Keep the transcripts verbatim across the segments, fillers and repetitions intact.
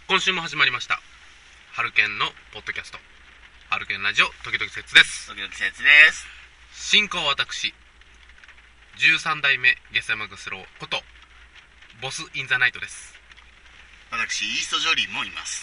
今週も始まりましたハルケンのポッドキャスト、ハルケンラジオ時々説です。 時々説です。 進行は私じゅうさん代目ゲス山グスローことボスインザナイトです。 私イーストジョリーもいます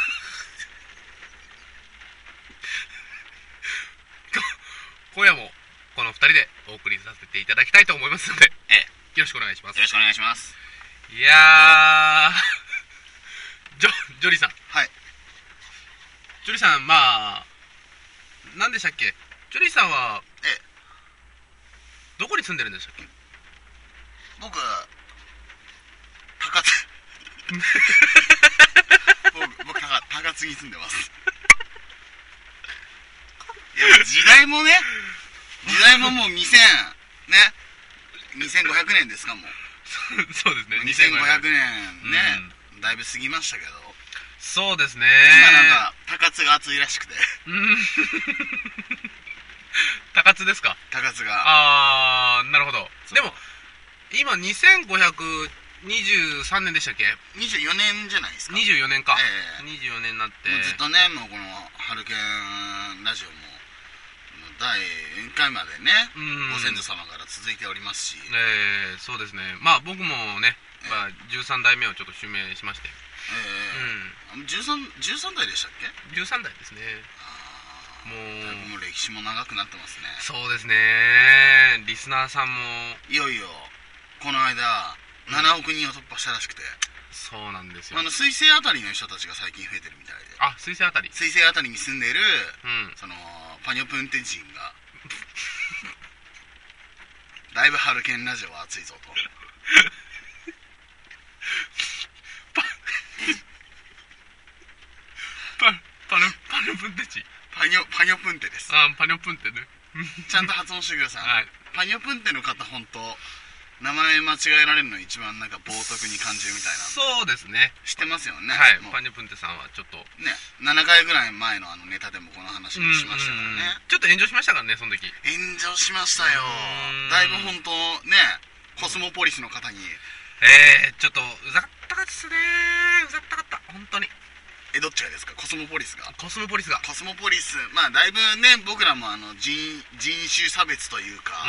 今夜もこのふたりでお送りさせていただきたいと思いますので、 ええ、 よろしくお願いします。 よろしくお願いします。 いやージョ, ジョリーさんはい。 ジョリーさん、まあ何でしたっけ、ジョリーさんはええ、 どこに住んでるんでしたっけ。 僕高津僕僕高高津に住んでますいや、時代もね時代ももうにせんねにせんごひゃくねんですか。もうそうですね、 にせんごひゃくねんね、うん、だいぶ過ぎましたけど、 そうですね、 今なんか高津が暑いらしくてうん高津ですか。 高津が、 あー、なるほど。でも今にせんごひゃくにじゅうさんねんでしたっけ。 にじゅうよねんじゃないですか。 にじゅうよねんか、 えー、 にじゅうよねんになって、 もうずっとね、もうこのハルケンラジオもだいいっかいまでね、ご先祖様から続いておりますし、 えー、そうですね。まあ僕もね、まあ、じゅうさん代目をちょっと指名しまして、 えーうん、じゅうさん, じゅうさん代でしたっけ。 じゅうさん代ですね。 あ、 もうもう歴史も長くなってますね。 そうですね。リスナーさんもいよいよこの間ななおくにんを突破したらしくて、 そうなんですよ。 あの水星あたりの人たちが最近増えてるみたいで、 あ、水星あたり水星あたりに住んでいる、 うん、 そのパニョプンテ人がだいぶハルケンラジオは熱いぞとパパパニョパニョプンテチパニョパニョプンテです。 あ、パニョプンテねちゃんと発音してください、はい、パニョプンテの方本当名前間違えられるの一番なんか冒涜に感じるみたいな。 そうですね、 知ってますよね。 はい、パニョプンテさんはちょっとね、ななかいぐらい前のあのネタでもこの話にしましたからね。 ちょっと炎上しましたからね、その時。 炎上しましたよ。だいぶ本当ね、コスモポリスの方に、 えー、ちょっとうざかったですね。うざったかった、本当に。 え、どっちがですか。コスモポリスが。 コスモポリスが。 コスモポリス、まあだいぶね、僕らもあの 人, 人種差別というか、うん、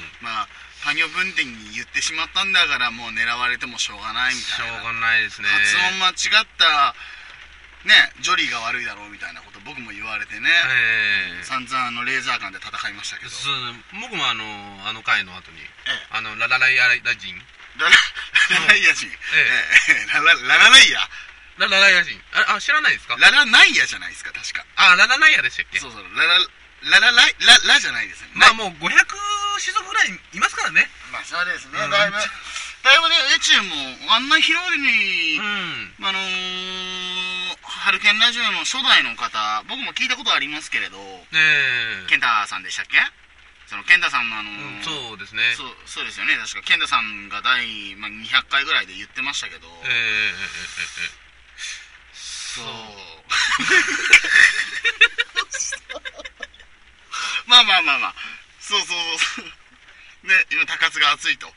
まあパニョプンテに言ってしまったんだからもう狙われてもしょうがないみたいな。 しょうがないですね。 発音間違ったね、ジョリーが悪いだろうみたいなこと僕も言われてね、えー、散々あのレーザーガンで戦いましたけど、 僕もあのあの回の後に、ええ、あのララライヤ人ララライヤ人、ええ、ララララライヤララライヤ人、あ、あ、知らないですか。 ララナイヤじゃないですか、確か。 あ、ララナイヤでしたっけ。 そうそう、ララララライララじゃないですね。 まあもうごひゃく種族ぐらいいますからね。 まあそうですね、うん、だいぶだいぶね、宇宙もあんな広いに、うん、あのー、ハルケンラジオの初代の方、僕も聞いたことありますけれど、えー、ケンタさんでしたっけ。そのケンタさんのあのーうん、そうですね、 そうそうですよね、確かケンタさんが第、まあ、にひゃっかいぐらいで言ってましたけど、えー、えー、えー、そうまあまあまあまあ、そうそうそうね、今高津が熱いと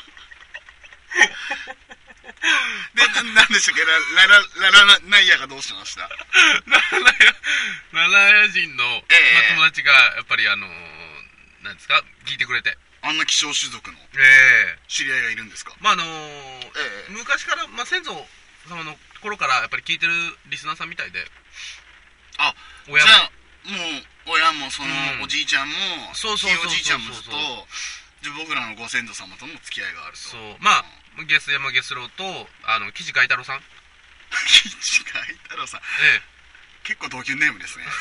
で、なんでしたっけ、ララララナイヤがどうしました。 ララヤララヤ人の、えーまあ、友達がやっぱりあのー、なんですか、聞いてくれて、 あんな希少種族の知り合いがいるんですか。 まああのーえー、昔から、まあ、先祖様の頃からやっぱり聞いてるリスナーさんみたいで、 あ、親も、じゃあもう親もそのおじいちゃんも、そうそうそうそう、ひいおじいちゃんもとじゃ僕らのご先祖様とも付き合いがあると。そう、 まあ、うん、ゲス山ゲスローとあの岸海太郎さん岸海太郎さん、ええ、結構同級ネームですね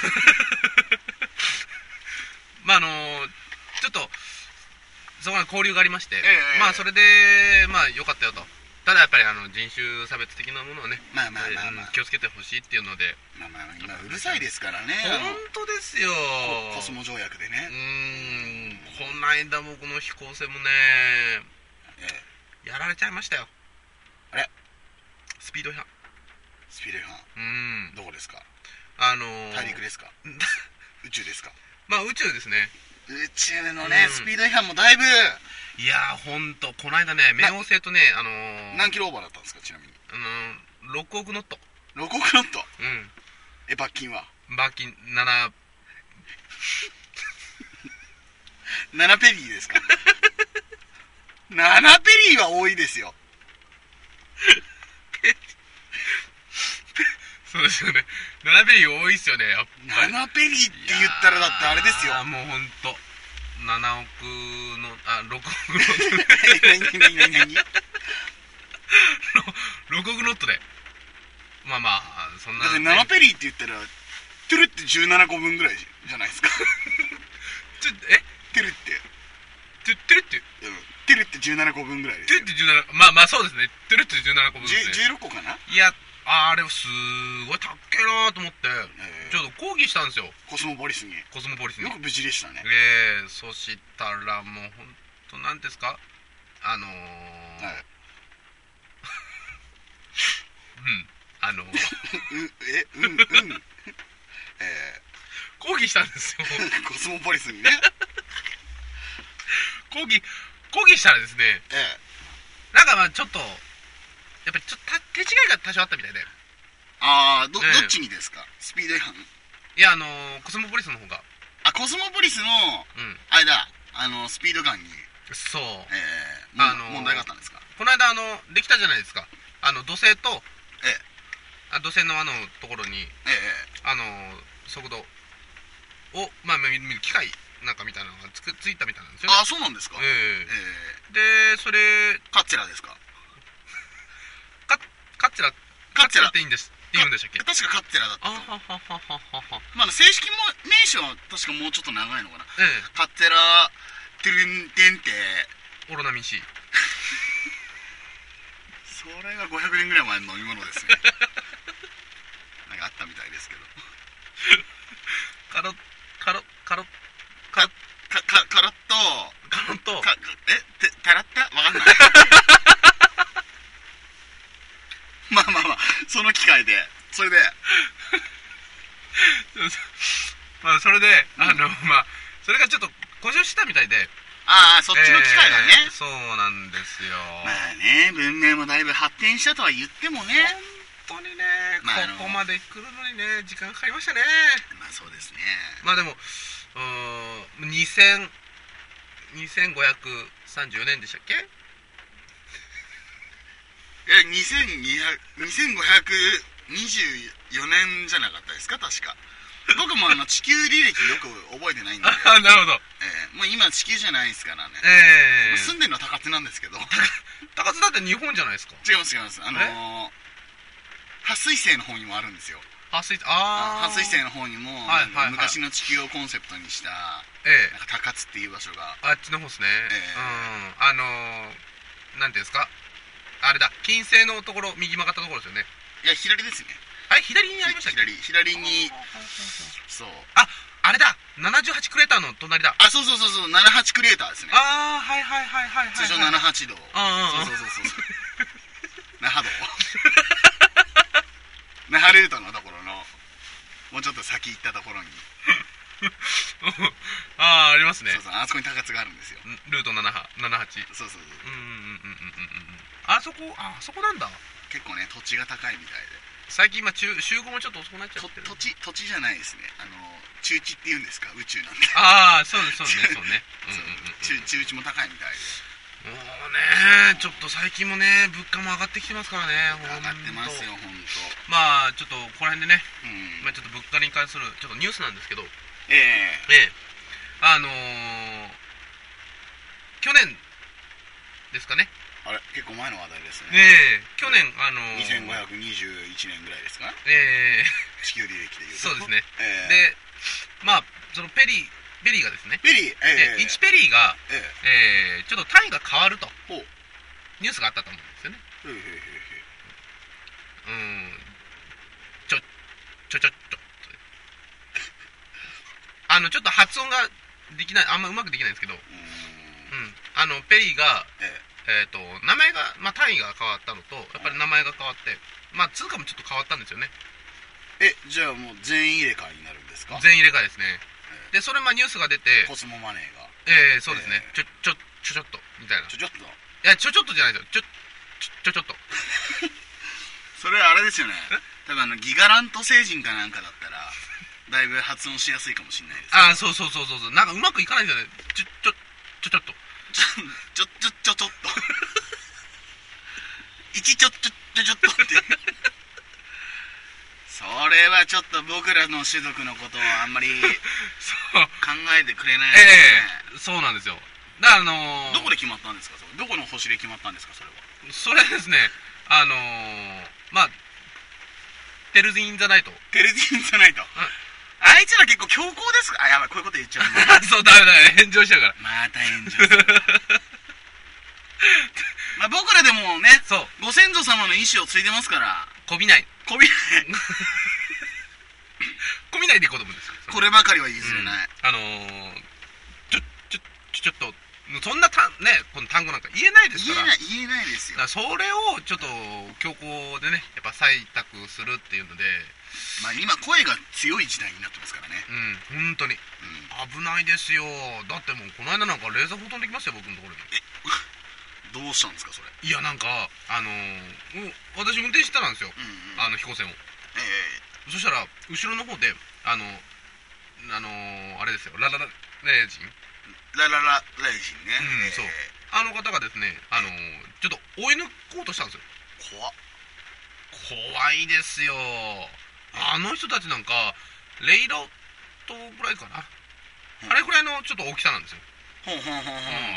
まああのー、ちょっとそこに交流がありまして、ええ、まあそれでまあ良かったよと。ただやっぱりあの人種差別的なものをね、まあまあまあ、まあ、気をつけてほしいっていうので、 まあまあ今うるさいですからね。 本当ですよ。 コスモ条約でね。 うーん、この間もこの飛行船もね、ええ、やられちゃいましたよ。 あれ、 スピード違反。 スピード違反。うん。どこですか。 あのー、 大陸ですか宇宙ですか。 まあ宇宙ですね。 宇宙のね、うん、スピード違反もだいぶ、 いやーほんとこの間ね、冥王星とね、あのー、 何キロオーバーだったんですか、ちなみに。 あのー、ろくおくノット。 ロコクノット。 うん。 え、罰金は罰金なな、 ななペリーですか？ななペリーは多いですよ。 そうですよね。ななペリー多いっすよね。やっぱりななペリーって言ったらだってあれですよ。 ああ、もうほんと。ななおくの、あ、ろくおくの。 何何何何ろくおくノットで。まあまあ、そんな。 だってななペリーって言ったら、トゥルってじゅうななこぶんぐらいじゃないですか。 ちょ、えトゥルって。 トゥトゥルって。 うん。トゥルってじゅうななこぶんぐらいですよ。 トゥルってじゅうなな、まあまあそうですね。トゥルってじゅうななこぶんですね。 じゅうろっこかな。 いや、あれすごいたっけーなーと思って、えー、ちょっと抗議したんですよ。 コスモポリスに。 コスモポリスに。 よく無事でしたね。 ええー、そしたらもうほんとなんですか、あのー、はい、うんあのー、 うえうんうんえー、抗議したんですよ。 コスモポリスにね。 抗議抗議したらですね、ええ、なんかまあちょっとやっぱりちょっと手違いが多少あったみたいで。 ああ、ど、えー、どっちにですか？スピード違反？ いや、あのー、コスモポリスの方が。 あ、コスモポリスの、うん、あれだ、あの、スピードガンに。 そう。 えー、あのー、問題があったんですか？ この間、あの、できたじゃないですか。あの、土星と、ええ、あ土星のあのところに、ええ、あの、速度を、まあ、機械なんかみたいなのがつくついたみたいなんですよね。 あ、そうなんですか？えええー、で、それ、 カッチェラですか？ カカッチェラ、カッチェラっていいんです。って言うんでしたっけ？ 確かカッテラだったと。あははははは。まあ正式も名称は確かもうちょっと長いのかな。ええ、カッテラトゥルンテンテオロナミン C。 それがごひゃくねんぐらい前の飲み物ですね。なんかあったみたいですけど。 カロカロカロカカカカロットカロットかえてタラッタわかんない。まあまあまあ、その機会で、それで、 まあそれで、あの、まあ、それがちょっと故障したみたいで。 ああ、そっちの機械がね、 えー。そうなんですよ。 まあね、文明もだいぶ発展したとは言ってもね。 本当にね、まあ、ここまで来るのにね、時間かかりましたね。 まあそうですね。 まあでも、うーん、にせん、にせんごひゃくさんじゅうよねんでしたっけ？ え、にせんごひゃくにじゅうよねんじゃなかったですか、確か。僕もあの地球履歴よく覚えてないんで。 あ、なるほど。 えー、もう今地球じゃないですからね。 えー、 住んでるのは高津なんですけど。 高津だって日本じゃないですか。 違います違います。あのー、撥水星の方にもあるんですよ。 撥水、ああ撥水星の方にも、はいはいはい、昔の地球をコンセプトにした、えー、なんか高津っていう場所が。 あっちの方ですね。えー、うん。あのー、なんていうんですか。あれだ、金星のところ、右曲がったところですよね。 いや、左ですね。 あれ、左にありましたっけ？ 左、左に、そう。 あ、あれだ、ななじゅうはちクレーターの隣だ。 あ、そうそうそうそう、ななじゅうはちクレーターですね。 あー、はいはいはいはいはい。 通称ななじゅうはちど。 ああ、そうそうそうそう。那覇道。那覇ルートのところの、もうちょっと先行ったところに。 ああ、ありますね。 そうそう、あそこに高津があるんですよ。 ルートななはち、ななはち。 そうそうそう。 うんうんうんうんうんうん。あそこ、あそこなんだ。 結構ね、土地が高いみたいで。 最近今集合もちょっと遅くなっちゃってる。 土地土地じゃないですね。あの中地って言うんですか、宇宙なんで。 ああ、そうですそうねそうね。 中中地も高いみたいで。もうね、ちょっと最近もね、物価も上がってきてますからね。 上がってますよ、本当。 まあちょっとここら辺でね、うん、まあちょっと物価に関するちょっとニュースなんですけど、 ええええ、あのー、去年ですかね。 あれ、結構前の話題ですね。 ねえ、去年、あのー、 にせんごひゃくにじゅういちねんぐらいですかね。 ええー、地球履歴でいうと。 そうですね。えー、で、まあ、そのペリー、ペリーがですね、 ペリー、えー、いちペリーが、えーえー、ちょっと単位が変わると、ニュースがあったと思うんですよね。へーへーへーへー。うん、ちょ、ちょちょちょ、あの、ちょっと発音ができない、あんまうまくできないんですけど、うん、あの、ペリーが、えーえーと、名前が、まあ、単位が変わったのと、やっぱり名前が変わって、まあ、通貨もちょっと変わったんですよね。 え、じゃあもう全員入れ替えになるんですか？ 全員入れ替えですね。えー、で、それ、まあ、ニュースが出て、 コスモマネーが。 ええー、そうですね。えー、ちょ、ちょ、ちょちょっと、みたいな。 ちょちょっと？いや、ちょちょっとじゃないですよ。ちょ、ちょ、ちょちょっと。 それあれですよね。 多分あのギガラント星人かなんかだったらだいぶ発音しやすいかもしれないです。 ああ、そうそうそうそう、なんかうまくいかないんだよね。ちょちょちょちょっとちょちょちょちょっと一ちょちょちょちょっとってそれはちょっと僕らの種族のことをあんまり考えてくれないですね。 ええ、そうなんですよ。だからあのー、 どこで決まったんですか？それどこの星で決まったんですか？それは。 それですね、あのー、まあテルズ・イン・ザ・ナイト。 テルズ・イン・ザ・ナイト、うん、あいつら結構強硬ですか？あ、やばい、こういうこと言っちゃうねそう、ダメだね、炎上しちゃうから。 また炎上するまあ僕らでもね、そう、ご先祖様の意志を継いでますから。 こびないこびないこびないでいこうと思うんですよ。 こればかりは譲れない、 うん、あのー、ちょちょちょちょっとそんなたね、この単語なんか言えないですから。 言えない言えないですよ。 だからそれをちょっと強行でね、やっぱ採択するっていうので、 まあ今声が強い時代になってますからね。 うん、本当に、うん、危ないですよ。だってもうこの間なんかレーザー砲飛んできましたよ、僕のところに。えどうしたんですかそれ？ いや、なんかあのー、私運転してたんですよ、うんうん、あの飛行船を。ええー、そしたら後ろの方であのあのー、あれですよ、ラララレージンラララレージンね、 うん、そう、あの方がですね、あのー、ちょっと追い抜こうとしたんですよ。 怖っ。 怖いですよ。あの人たちなんかレイロットぐらいかな、うん、あれぐらいのちょっと大きさなんですよ。 ほんほんほんほん、うん、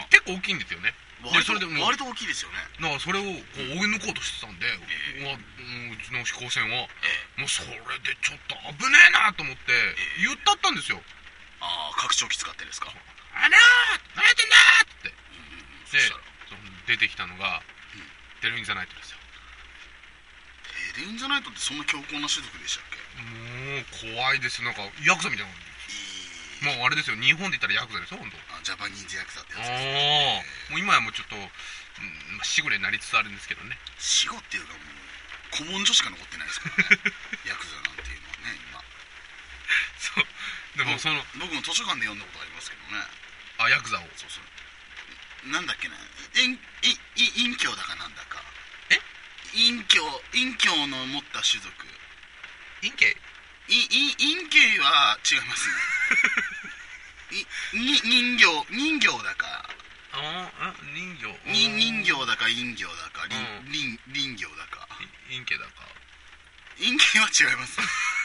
結構大きいんですよね。 割と、それで割と大きいですよね。 だからそれをこう追い抜こうとしてたんで、えー、うわ、うちの飛行船は、えー、もうそれでちょっと危ねえなと思って言ったったんですよ。 ああ、拡張器使ってですか？ あらー何やってんだーって、うん、でそ出てきたのが、うん、テルイン・ザ・ナイトですよ。 テルイン・ザ・ナイトってそんな強硬な種族でしたっけ？ もう怖いですよ。なんかヤクザみたいな。もうあれですよ、日本で言ったらヤクザですよ、本当。 あ、ジャパニーズヤクザってやつですね。ああ、もう今はもうちょっと、うん、死後になりつつあるんですけどね。 死後っていうかもう古文書しか残ってないですからねヤクザなんていうのはね、今。 そう。でもその僕も図書館で読んだことありますけどね。 あ、ヤクザを。 そうそう。なんだっけな、隠居だかなんだか。 え？ 隠居隠居の持った種族。 隠居？ い、い、陰茎は違いますねい、に、人形、人形だかああ、人形に、人形だか陰形だか、林、林形だか陰茎だか陰茎は違います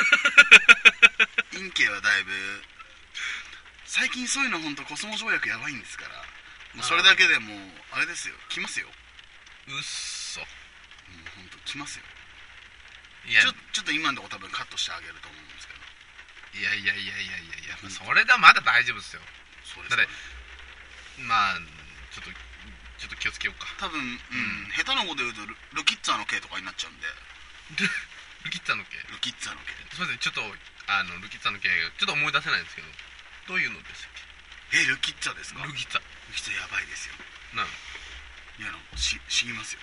陰茎はだいぶ最近そういうのほんとコスモ条約やばいんですから、もうそれだけでもうあれですよ、来ますよ。 うっそ、 もうほんと来ますよ。 いや、 ちょ、ちょっと今のとこ多分カットしてあげると思うんですけど。 いやいやいやいやいやいや、うん、それではまだ大丈夫ですよ。 そうですね。 だってまあちょっとちょっと気をつけようか。 多分、うん、下手なこと言うと ル, ルキッツァーの系とかになっちゃうんで。 ルキッツァーの系。 ルキッツァーの系。 すみません、ちょっとあのルキッツァーの系ちょっと思い出せないんですけど、どういうのでしたっけ？え、ルキッツァーですか？ ルキッツァー。 ルキッツァーやばいですよ。 なん？ いや、なんかし死にますよ。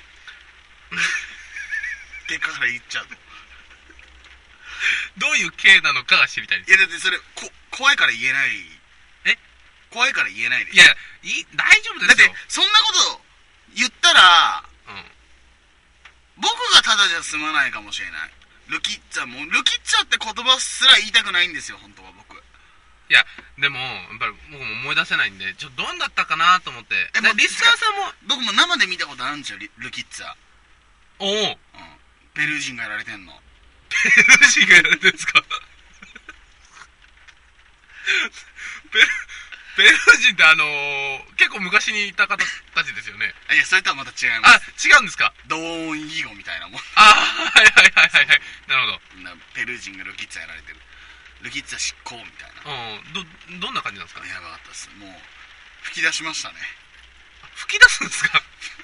結果から言っちゃうと。 どういう系なのかが知りたいです。 いや、だってそれこ怖いから言えない。 え？ 怖いから言えないです。 いや、い大丈夫ですよ。 だってそんなこと言ったら、うん、僕がただじゃ済まないかもしれない。ルキッツァもルキッツァって言葉すら言いたくないんですよ、本当は僕。 いや、でもやっぱり僕も思い出せないんで、ちょっとどんだったかなと思って。え、リスナーさんも僕も生で見たことあるんですよ、ルキッツァ。 おお、うん、 ペルー人がやられてんの。 ペルー人がやられてるんですか？ペルペルー人ってあのー、結構昔にいた方たちですよね。 いや、それとはまた違います。 あ、違うんですか？ 同音異義語みたいなもん。 ああ、はいはいはいはいはい。なるほど。 ペルー人がルキッツァやられてる。ルキッツァ執行みたいな。 うん、ど、どんな感じなんですか？ やばかったです。もう、吹き出しましたね。 吹き出すんですか？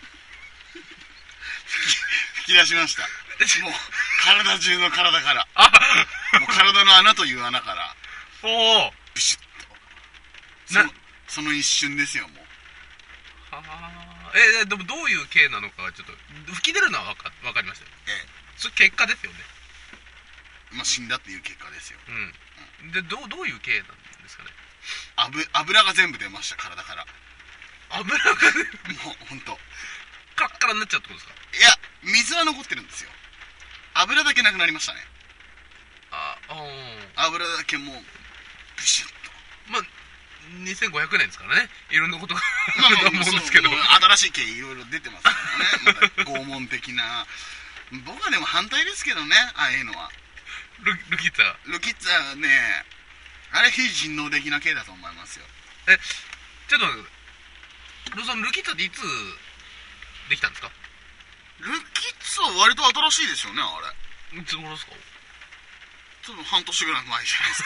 吹き出しました。もう体中の体から、あもう体の穴という穴から、 おお、 ビシッと。そのその一瞬ですよ、もう。 はあ、え、でもどういう系なのかちょっと吹き出るのはわかわかりましたよ。ええ、それ結果ですよね。 まあ死んだっていう結果ですよ。 うん。でどうどういう系なんですかね。 油油が全部出ました、体から。 油がもう本当。 カラッカラになっちゃうってことですか？ いや、水は残ってるんですよ。 油だけなくなりましたね。 ああ油だけもうブシュッと。 まあにせんごひゃくねんですからね、いろんなことがあると思うんですけど、 新しい系いろいろ出てますからね。まだ拷問的な。僕はでも反対ですけどね、ああいうのは。 ル, ルキッツァルキッツァね、あれ非人道的な系だと思いますよ。 え、ちょっとそのルキッツァっていつできたんですか？ ルキッツァは割と新しいですよね、あれ。いつ頃ですか？ ちょっと半年ぐらい前じゃないですか。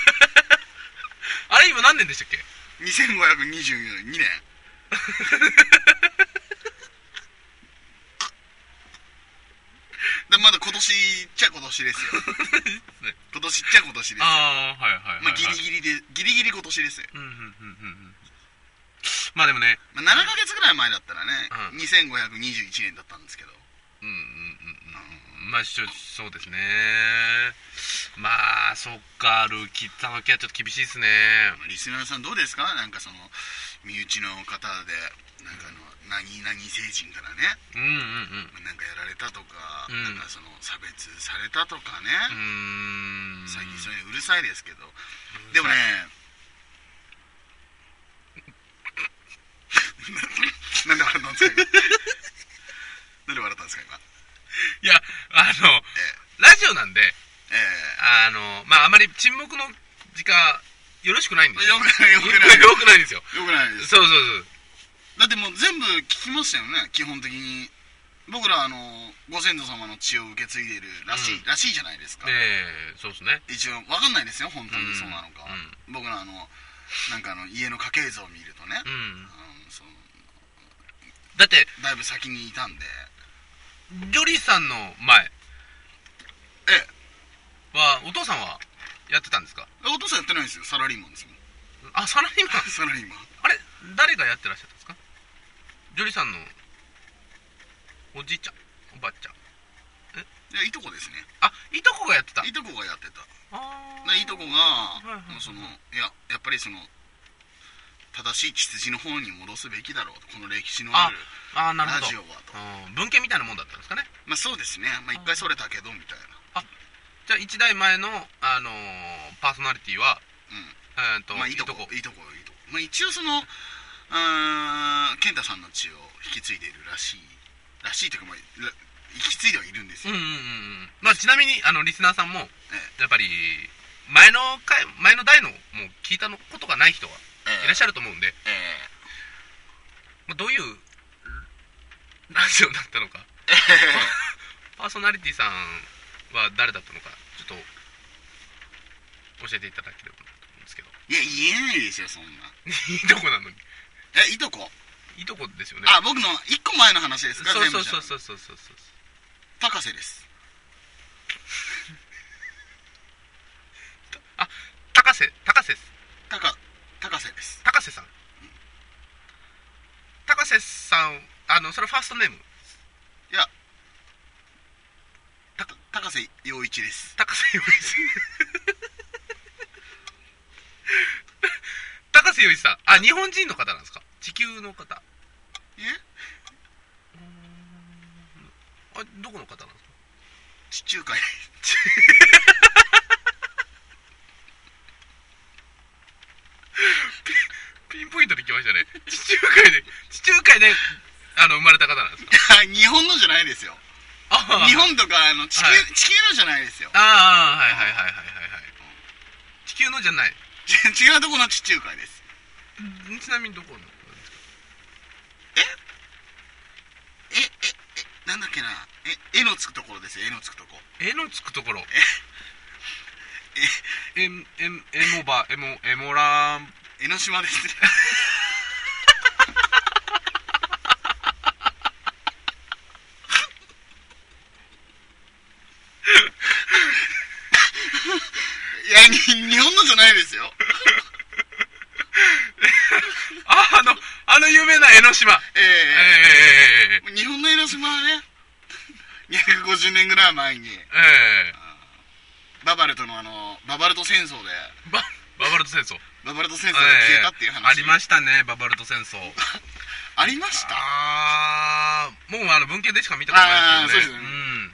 あれ今何年でしたっけ？ にせんごひゃくにじゅうにねん。でまだ今年っちゃ今年ですよ。今年っちゃ今年ですよ。 ああ、はいはいはい、はい。 まあギリギリでギリギリ今年ですよ。 うんうんうんうん。まあでもね、 まあ、ななかげつぐらい前だったらね、うん、にせんごひゃくにじゅういちねんだったんですけど。 うんうんうんうん。まあそうですね。まあそっか、ルキッツァの系はちょっと厳しいですね。 リスナーさんどうですか？なんかその身内の方でなんかあの何々星人からね、 うんうんうん、 なんかやられたとか、うん、なんかその差別されたとかね、 うーん、 最近そういうのうるさいですけど、でもねなんで笑ったんですか今？なんで笑ったんですか今？ いや、あの、ええ、ラジオなんで、ええ、あのまああまり沈黙の時間よろしくないんですよ。 よくないよくないよくないですよ。 よくないです。 そうそうそう。 だってもう全部聞きましたよね、基本的に。僕らあのご先祖様の血を受け継いでいるらしい、うん、らしいじゃないですか。 ええ、そうですね。 一応わかんないですよ本当にそうなのかは、うん、僕らあのなんかあの家の家系図を見るとね、うん、うん、そのだってだいぶ先にいたんで、 ジョリーさんの前ええはお父さんはやってたんですか？ お父さんやってないんですよ、サラリーマンですもん。 あ、サラリーマンサラリーマン。 あれ誰がやってらっしゃったんですか？ジョリーさんのおじいちゃん、おばあちゃん。 えいや、いとこですね。 あ、いとこがやってた。 いとこがやってた。 あいとこが、はいはいはい、そのいややっぱりその正しい血筋の方に戻すべきだろうと、この歴史のあるああなるほどラジオはと。 文献みたいなもんだったんですかね。 まあそうですね。まあ一回それたけどみたいな。 あ、じゃあ一代前のあのー、パーソナリティは、 うん、 えー、とまあいとこいとこいとこ。まあ一応そのあ健太さんの血を引き継いでいるらしいらしいというか、まあ引き継いではいるんですよ。 うんうんうん。まあちなみにあのリスナーさんも、ええ、やっぱり前の回前の代のもう聞いたことがない人はいらっしゃると思うんで、ええまあ、どういうラジオだったのか、ええ、パーソナリティさんは誰だったのかちょっと教えていただければと思うんですけど。 いや言えないですよそんな。 いとこなのに。 え、いとこいとこですよね。 あ、僕のいっこまえの話ですか？ そうそうそうそうそうそうそう。 高瀬です。 あ、高瀬高瀬です。 高高瀬です。 高瀬さん、うん、高瀬さん、あのそれファーストネーム？ いや、た高瀬陽一です。 高瀬陽一高瀬陽一さん、あ、日本人の方なんですか？地球の方？ え？ あ、どこの方なんですか？ 地中海ピ, ピンポイントで来ましたね。地中海で地中海であの生まれた方なんですか？ 日本のじゃないですよ。日本とかあの地球、はい、地球のじゃないですよ。 ああ、はいはいはいはいはいはい。地球のじゃない。 違うところの地中海です。 ちなみにどこの？ ええええなんだっけな、え、絵のつくところですよ。絵のつくとこ。 絵のつくところ。 え、 え、え、えもば、えも、えもらん。 江ノ島ですね。いや、日本のじゃないですよ。 あ、あの、あの有名な江ノ島。 えー、えー、えー、日本の江ノ島はね、にひゃくごじゅうねんぐらい前に、えー、ババルトのあの、ババルト戦争で、 バ、ババルト戦争ババルト戦争で消えたっていう話、えー、 ありましたね、ババルト戦争。 ありました。 あー、もうあの文献でしか見たことないですよね。あ、そうですね。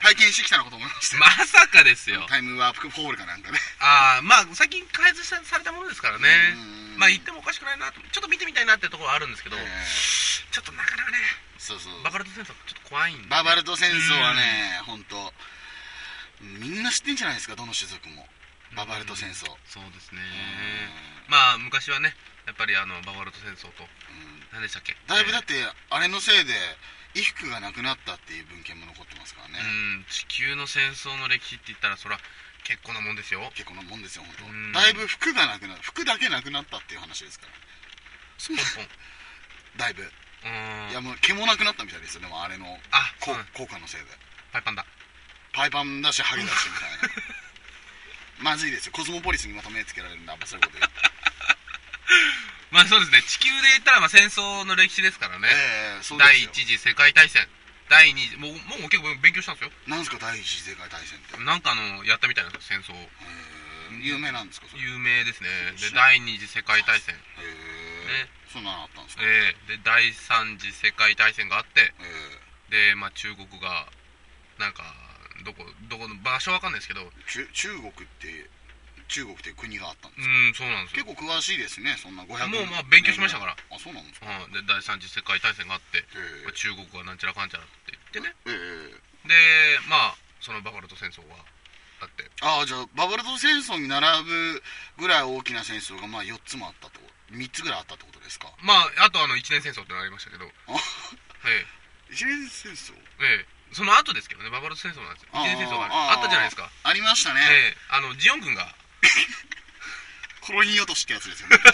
体験してきたのかと思いました。 まさかですよ。 タイムワープホールかなんかね。 ああ、まあ最近開発されたものですからね。まあ言ってもおかしくないなと、ちょっと見てみたいなってところはあるんですけど、ちょっとなかなかね、 そうそう、 ババルト戦争ちょっと怖いんで。 ババルト戦争はね、本当みんな知ってんじゃないですか、どの種族も。ババルト戦争、 そうですね。まあ昔はね、やっぱりあのババルト戦争と、何でしたっけ、 だいぶだってあれのせいで衣服がなくなったっていう文献も残ってますからね。 うん、地球の戦争の歴史って言ったらそれは結構なもんですよ。 結構なもんですよ、本当。だいぶ服がなくなる、服だけなくなったっていう話ですから。 ポンポンだいぶ。いやもう毛もなくなったみたいですよ。でもあれの効果のせいで。 パイパンだ。 パイパンだしハゲだしみたいな。まずいですよ。コスモポリスにまた目つけられるんで、あんまそういうこと言う。 まあそうですね、地球で言ったらまあ戦争の歴史ですからね。えー、そうですよ。第一次世界大戦、第二次、もうもう結構勉強したんですよ。 なんですか第一次世界大戦って？ なんかあのやったみたいなんですよ、戦争。 有名なんですか？それ有名ですね。で第二次世界大戦。へえ。そんなのあったんですか？ ええ。で第三次世界大戦があって、でまあ中国がなんかどこどこの場所わかんないですけど、 中中国って中国っていう国があったんですか？ うん、そうなんですよ。 結構詳しいですね、そんなごひゃくもうまあ勉強しましたから。 あ、そうなんですか。 で第三次世界大戦があって、中国がなんちゃらかんちゃらって言ってね。でまあそのババルト戦争があって。 ああ、じゃあババルト戦争に並ぶぐらい大きな戦争がまあよっつもあったってこと、みっつぐらいあったってことですか？ まああとあの一年戦争ってのありましたけど。 あ、一年戦争。 ええ。その後ですけどね、ババルト戦争なんですよ。一年戦争があったじゃないですか。 ありましたね。 ええ、あのジオン軍がコロニー落としってやつですよね。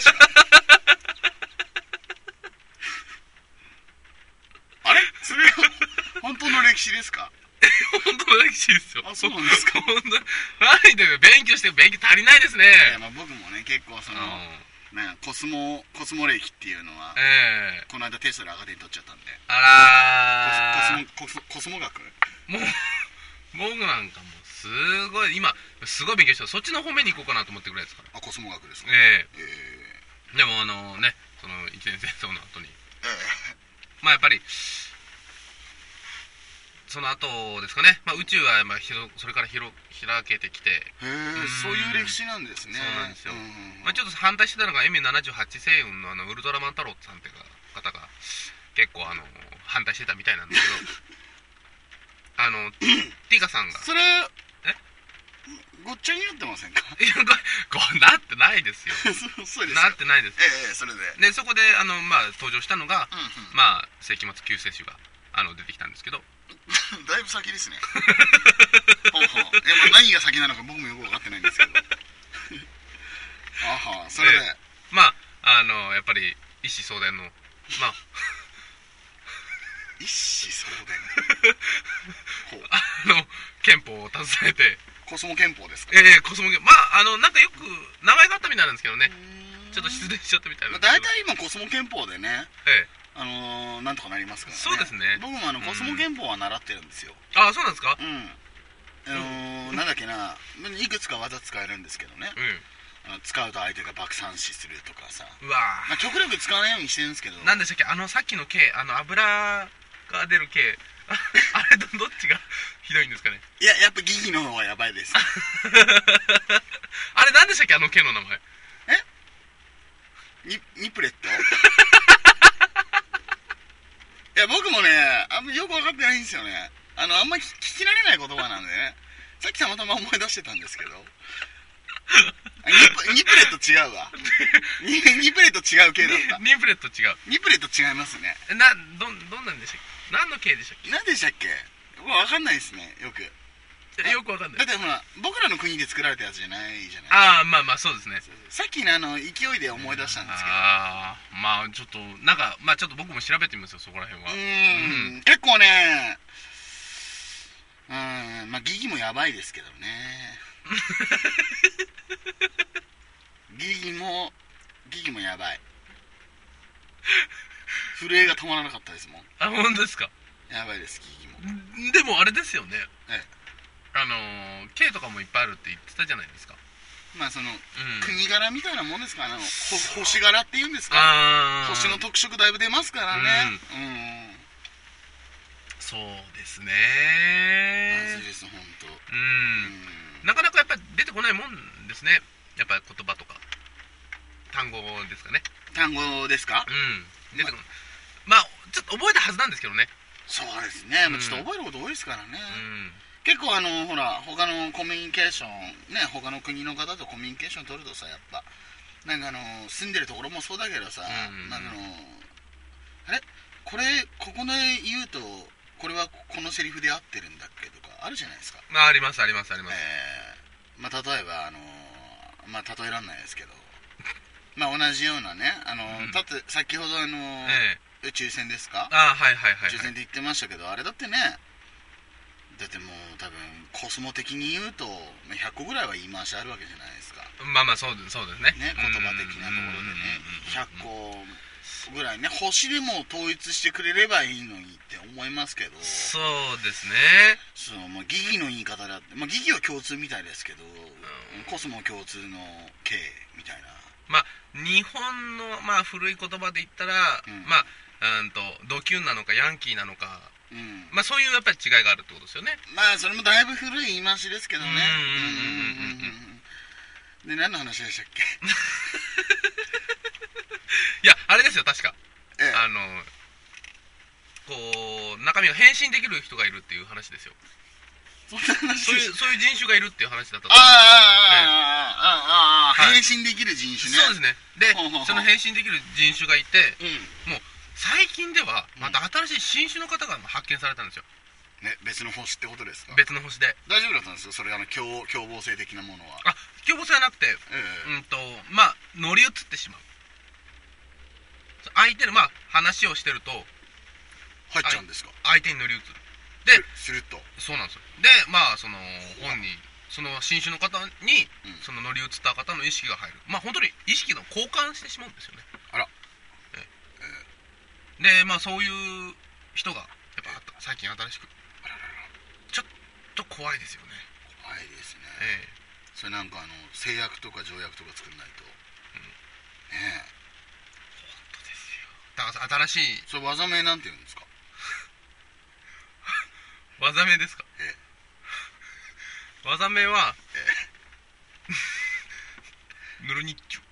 あれ？それが本当の歴史ですか？ 本当の歴史ですよ。 あ、そうなんですか。 本当。はいで勉強して勉強足りないですね。 いや、まあ僕もね結構その、ね、コスモコスモ歴っていうのは、 ええ、 この間テスラ赤点取っちゃったんで。 あらー。 コスモコスモ学。 もう僕なんかもうすごい今すごい勉強してそっちの方面に行こうかなと思ってくらいですから。 あ、コスモ学ですか。 えええー、でもあのね、その一年戦争の後に、えー、まあやっぱりその後ですかね、まあ、宇宙はまあひろそれから広開けてきて、へえ、そういう歴史なんですね。 そうなんですよ。まあちょっと反対してたのが エムななじゅうはち 星雲のあのウルトラマン太郎さんっていう方が結構あの反対してたみたいなんですけどあのティガさんがそれえごっちゃになってませんか？ いやごごなってないですよ。 そうですよ。 なってないです。 ええ、それででそこであのまあ登場したのが、うんうん、まあ世紀末救世主があの出てきたんですけどだいぶ先ですね。ほうほう。え、まあ、何が先なのか僕もよく分かってないんですけどあは、それで、えー、まああのやっぱり一子相伝のまあ一子相伝ほう、あの憲法を携えてコスモ憲法ですか？ ええー、コスモ憲法、まああのなんかよく名前があったみたいなんですけどね、ちょっと失礼しちゃったみたいなんですけど、 大体今コスモ憲法でね、ええ、あのー、なんとかなりますからね。 そうですね。 僕もあのコスモ憲法は習ってるんですよ。 ああ、そうなんですか。 うん。あのー、なんだっけな、いくつか技使えるんですけどね、うん、あの使うと相手が爆散死するとかさ、うわ、まあ、極力使わないようにしてるんですけど。 なんでしたっけ、あのさっきの系、あの油が出る系あれどどっちがひどいんですかね。 いや、やっぱギギの方がやばいですあれなんでしたっけ、あの系の名前。 えニニプレットいや、僕もね、あんまよく分かってないんですよね。あの、あんまり聞き慣れない言葉なんでね。さっきたまたま思い出してたんですけど。ニプ、ニプレット違うわ。ニ, ニプレット違う系だった。 ニプレット違う。 ニプレット違いますね。 な、ど、どんなんでしたっけ？何の系でしたっけ？ 何でしたっけ？もう分かんないですね、よく。 よくわかんない。 だってほら、僕らの国で作られたやつじゃないじゃない。 ああ、まあまあそうですね。 さっきのあの勢いで思い出したんですけど。 ああ、まあちょっとなんかまあちょっと僕も調べてみますよ、そこら辺は。 うーん、うん、結構ね、うん、まあギギもやばいですけどね。ギギもギギもやばい。震えが止まらなかったですもん。 あ、本当ですか。 やばいです、ギギも。 でもあれですよね、 ええ、 あのー、K とかもいっぱいあるって言ってたじゃないですか。 まあその、うん、国柄みたいなもんですから、あの星柄っていうんですか、星の特色だいぶ出ますからね。うん、うん、 そうですね。 まずいです、本当。 うん。なかなかやっぱり出てこないもんですね。やっぱり言葉とか単語ですかね。 単語ですか？ うん。出てこない。まあちょっと覚えたはずなんですけどね。 そうですね。うん、ちょっと覚えること多いですからね。うん、結構あのほら他のコミュニケーションね、他の国の方とコミュニケーション取るとさ、やっぱなんかあの住んでるところもそうだけどさ、うん、なんかあのあれこれここで言うとこれはこのセリフで合ってるんだっけとかあるじゃないですか。 まあありますありますあります。 えー、まあ例えばあのまあ例えらんないですけど、まあ同じようなねあの、うん、だって先ほどあの、ええ、宇宙船ですか？ あ、はいはいはい、はい、 宇宙船って言ってましたけど、あれだってね、だってもう多分コスモ的に言うとひゃっこぐらいは言い回しあるわけじゃないですか。 まあまあそうですそうですね。 ね、言葉的なところでね、ひゃっこぐらいね、星でも統一してくれればいいのにって思いますけど。 そうですね。 そう、まあ、疑義の言い方だって、まあ、疑義は共通みたいですけど、うん、コスモ共通の形みたいな。 まあ日本の、まあ、古い言葉で言ったら、うん、まあうんとドキュンなのかヤンキーなのか、うん、まあそういうやっぱり違いがあるってことですよね。 まあそれもだいぶ古い言い回しですけどね。で何の話でしたっけ？ いやあれですよ確か、ええ、あのこう中身が変身できる人がいるっていう話ですよ。 そんな話そういうそういう人種がいるっていう話だったと思う。 あああああああ変身できる人種ね。 そうですね。でその変身できる人種がいて、もう最近ではまた新しい新種の方が発見されたんですよ。 ね、別の星ってことですか？ 別の星で。 大丈夫だったんですよそれ、あの凶凶暴性的なものは。 あ、凶暴性はなくて、ええ、うんとまあ乗り移ってしまう。相手のまあ話をしてると入っちゃうんですか？ 相手に乗り移る。で、 スルッと。 そうなんですよ。で、まあその本人、その新種の方に、うん、その乗り移った方の意識が入る。まあ本当に意識の交換してしまうんですよね。 あら。 ええ、で、まあそういう人がやっぱ最近新しく。あららら。ちょっと怖いですよね。 怖いですね。ええ、それなんかあの制約とか条約とか作んないと。うん、ねえ。 本当ですよ。だから新しい。 それ技名なんて言うんですか？ 技名ですか？ええ、技名は、ええ、ヌルニッチュ。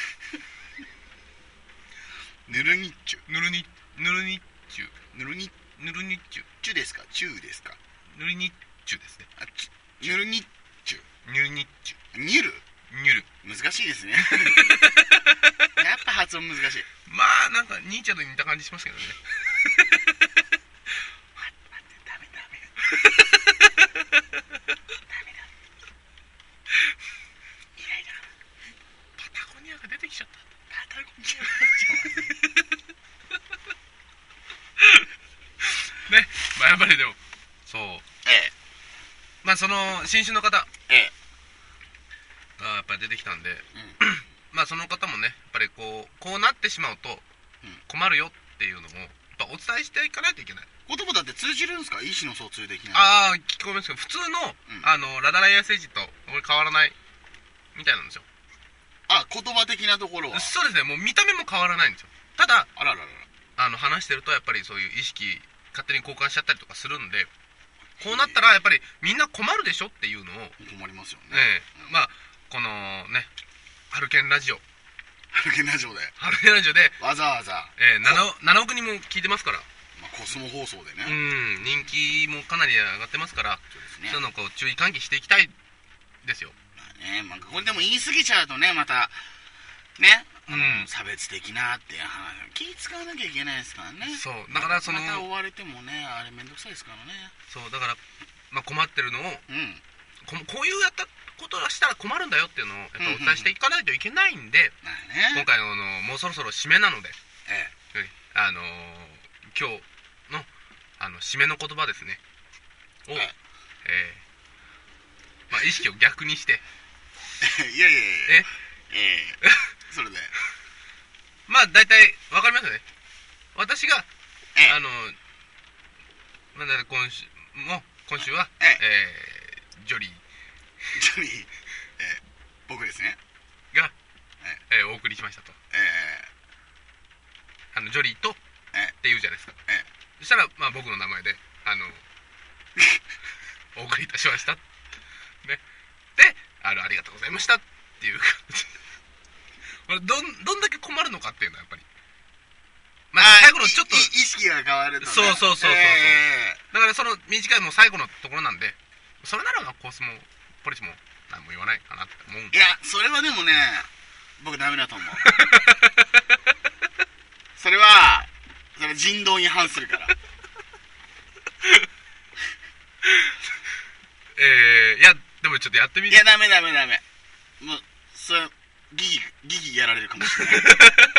ヌルニッチュ。 ヌルニヌルニッチュ。 ヌルニヌルニッチュ。 チュですか？チューですか？ ヌルニッチュですね。 あ、ヌルニッチュ。 ヌルニッチュ。 ニュル。 ニュル。 難しいですね。やっぱ発音難しい。 まあなんかニーチャと似た感じしますけどね。出てきちゃった。パタゴニアね、まあやっぱりでもそう、ええ、まあその新種の方、ええ、がやっぱり出てきたんで、うん、まあその方もねやっぱりこうこうなってしまうと困るよっていうのもやっぱお伝えしていかないといけない。 言葉だって通じるんですか？意思の疎通できない。 ああ、聞こえますけど普通の、うん、あのラダライア星人と俺変わらないみたいなんですよ。 あ、言葉的なところは。 そうですね。もう見た目も変わらないんですよ。ただ、 あらららあの話してるとやっぱりそういう意識勝手に交換しちゃったりとかするんで、こうなったらやっぱりみんな困るでしょっていうのを。 困りますよね。 ええ、うん、まあこのね、ハルケンラジオ。 ハルケンラジオで。 ハルケンラジオで。 わざわざ。 ええ、ななおくにんも聞いてますから。 まあコスモ放送でね。 うん、人気もかなり上がってますから、そうですね。そういうのをこう注意喚起していきたいですよ。 ね、まあ、これでも言い過ぎちゃうとねまたね、うん、差別的なって話気使わなきゃいけないですからね。 そうだからそのまた追われてもねあれめんどくさいですからね。 そうだから、まあ、困ってるのを、うん、こ, こういうやったことをしたら困るんだよっていうのをやっぱお伝えしていかないといけないんで、うんうんうん、今回のもうそろそろ締めなので、ええ、あのー、今日のあの締めの言葉ですねを、えええーまあ、意識を逆にしていやいやいやえええそれでまあ大体わかりますよね。私があのまあ今週も今週はええー、ジョリージョリー、えー、僕ですねが、ええー、お送りしましたと。ええー、あのジョリーと、えー、って言うじゃないですか。えー、そしたらまあ僕の名前でああのお送りいたしましたね。で、あのありがとうございましたっていう感じどんどんだけ困るのかっていうのはやっぱり、まあ、最後のちょっと意識が変わると、ね、 そうそうそうそうそう、えー、だからその短いもう最後のところなんで、それならコースもポリスも何も言わないかなって思うんで。 いや、それはでもね、僕ダメだと思うそれはそれ人道に反するからえー、いやでもちょっとやってみて。 いや、ダメダメダメ、もうそれギギギギやられるかもしれない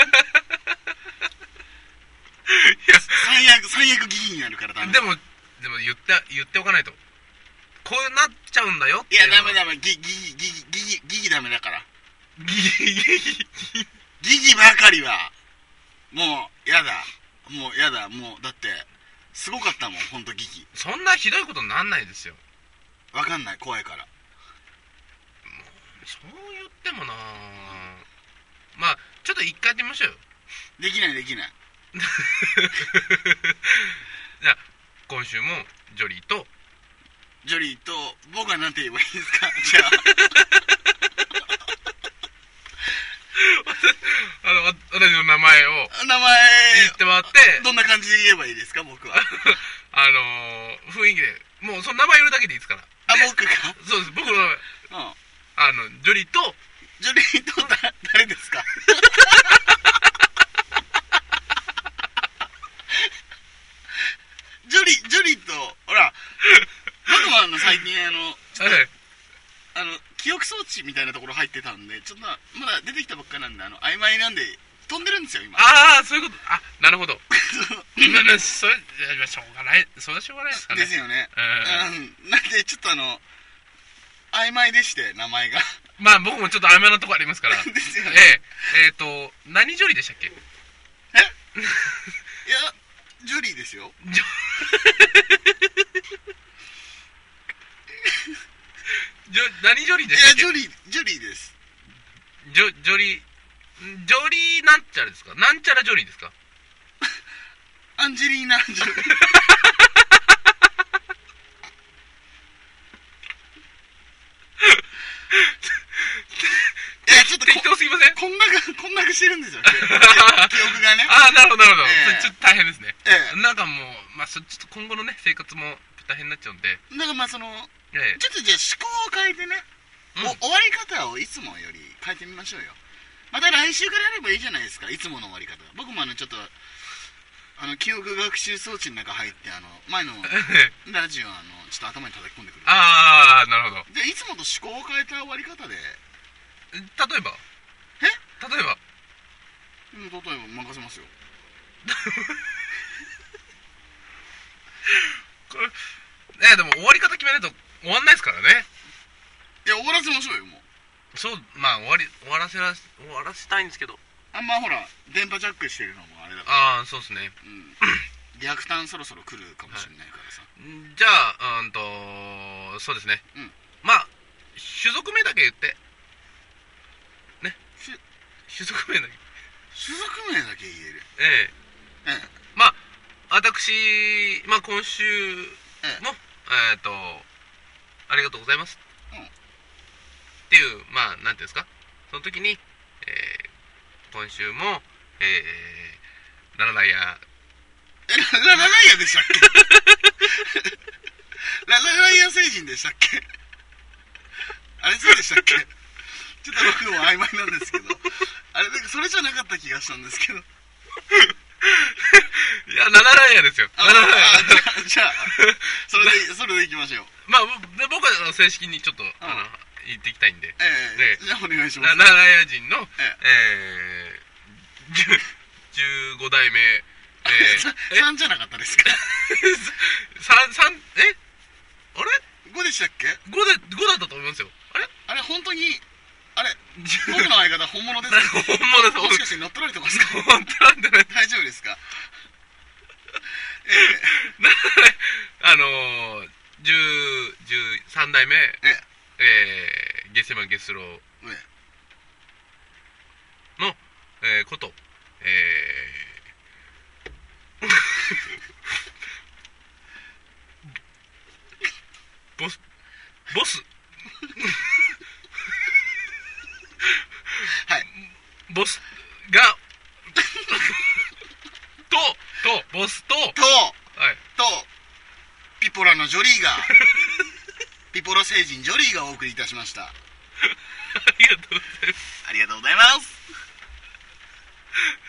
最悪最悪ギギになるからダメ。 でもでも言って言っておかないとこうなっちゃうんだよっていや、ダメダメ、ギギギギギギギギダメだから。 ギギギギギギばかりはもうやだ、もうやだ、もうだってすごかったもん、ほんとギギ。 そんなひどいことなんないですよ。 わかんない、怖いから。もうそう言ってもな、まあちょっと一回やってみましょうよ。 できないできないじゃあ今週もジョリーとジョリーと僕はなんて言えばいいですかじゃああの私の名前を名前言ってもらってどんな感じで言えばいいですか僕はあのー、雰囲気でもうその名前言うだけでいいですから。 あ、僕がそうです、僕の名前、うん、あのジョリーとジョリーとだ誰ですかジョリジョリーとほら僕もあの最近あの、はい、あの記憶装置みたいなところ入ってたんで、ちょっとまだ出てきたばっかなんで、あの曖昧なんで飛んでるんですよ今。 ああ、そういうこと。あ、なるほどそれしょうがない、それはしょうがないですかね。 ですよね、うん、なんでちょっとあの曖昧でして名前がまあ僕もちょっと曖昧なとこありますからですよね。 えええー、と何ジョリーでしたっけ？えいやジョリーですよ。ジョジョ何ジョリーでしたっけ？ いやジョリージョリーです。 ジョジョリージョリーなんちゃらですか？なんちゃらジョリーですか？ アンジェリーナ・ジョリーいやちょっと適当すぎません？ こんなくこんなくしてるんですよ記憶がね。 ああ、なるほどなるほど、 えー、 ちょっと大変ですね、 えー、 なんかもう、まあ、ちょっと今後のね生活も大変になっちゃうんで、 だからまあその、 えー、 ちょっとじゃあ思考を変えてね、うん、お終わり方をいつもより変えてみましょうよ。また来週からやればいいじゃないですか、いつもの終わり方。僕もあのちょっとあの記憶学習装置の中入ってあの前のラジオあのちょっと頭に叩き込んでくる。 ああ、なるほど。 でいつもと思考を変えた終わり方で、 例えばえ例えばうん、例えば任せますよこれね、でも終わり方決めないと終わんないですからね。 いや終わらせましょうよ。もうそう、まあ終わり終わらせら終わらせたいんですけど、 あんまほら電波ジャックしてるのもあれだから。 ああ、そうですね、 うん、逆ターンそろそろ来るかもしれないからさ、 はい、じゃあうんとそうですね、うん、まあ種族名だけ言ってね、種族名だけ種族名だけ言える。 ええええ、まあ私、まあ今週もえっ、ー、とありがとうございます、うん、っていう、まあなんていうんですか、その時に、えー、今週もえー、ララライヤえララライヤでしたっけララライヤ星人でしたっけあれそうでしたっけちょっと僕も曖昧なんですけどあれなんかそれじゃなかった気がしたんですけどいや、ララライヤですよ。ララライヤじゃあそれでそれでいきましょう。 まあ僕は正式にちょっとあの言っていきたいんで、 ええー、じゃあお願いします。 ララライヤ人のええーじゅうご代目、えー、さんじゃなかったですかさん、さん、えあれ ? ご でしたっけ ?ご で、ごだったと思いますよ。あれあれ、本当に、あれ、僕の相方本物ですか本物です。 もしかして乗っ取られてますか本当なんでね。 大丈夫ですかええー、あのー、じゅう、じゅうさん代目、えええー、ゲセマゲスローの、えー、こと、えー、 ボスボスはいボスがととボスとと、はい、とピポラのジョリーがピポラ星人ジョリーがお送りいたしました。 ありがとうございます。 ありがとうございます。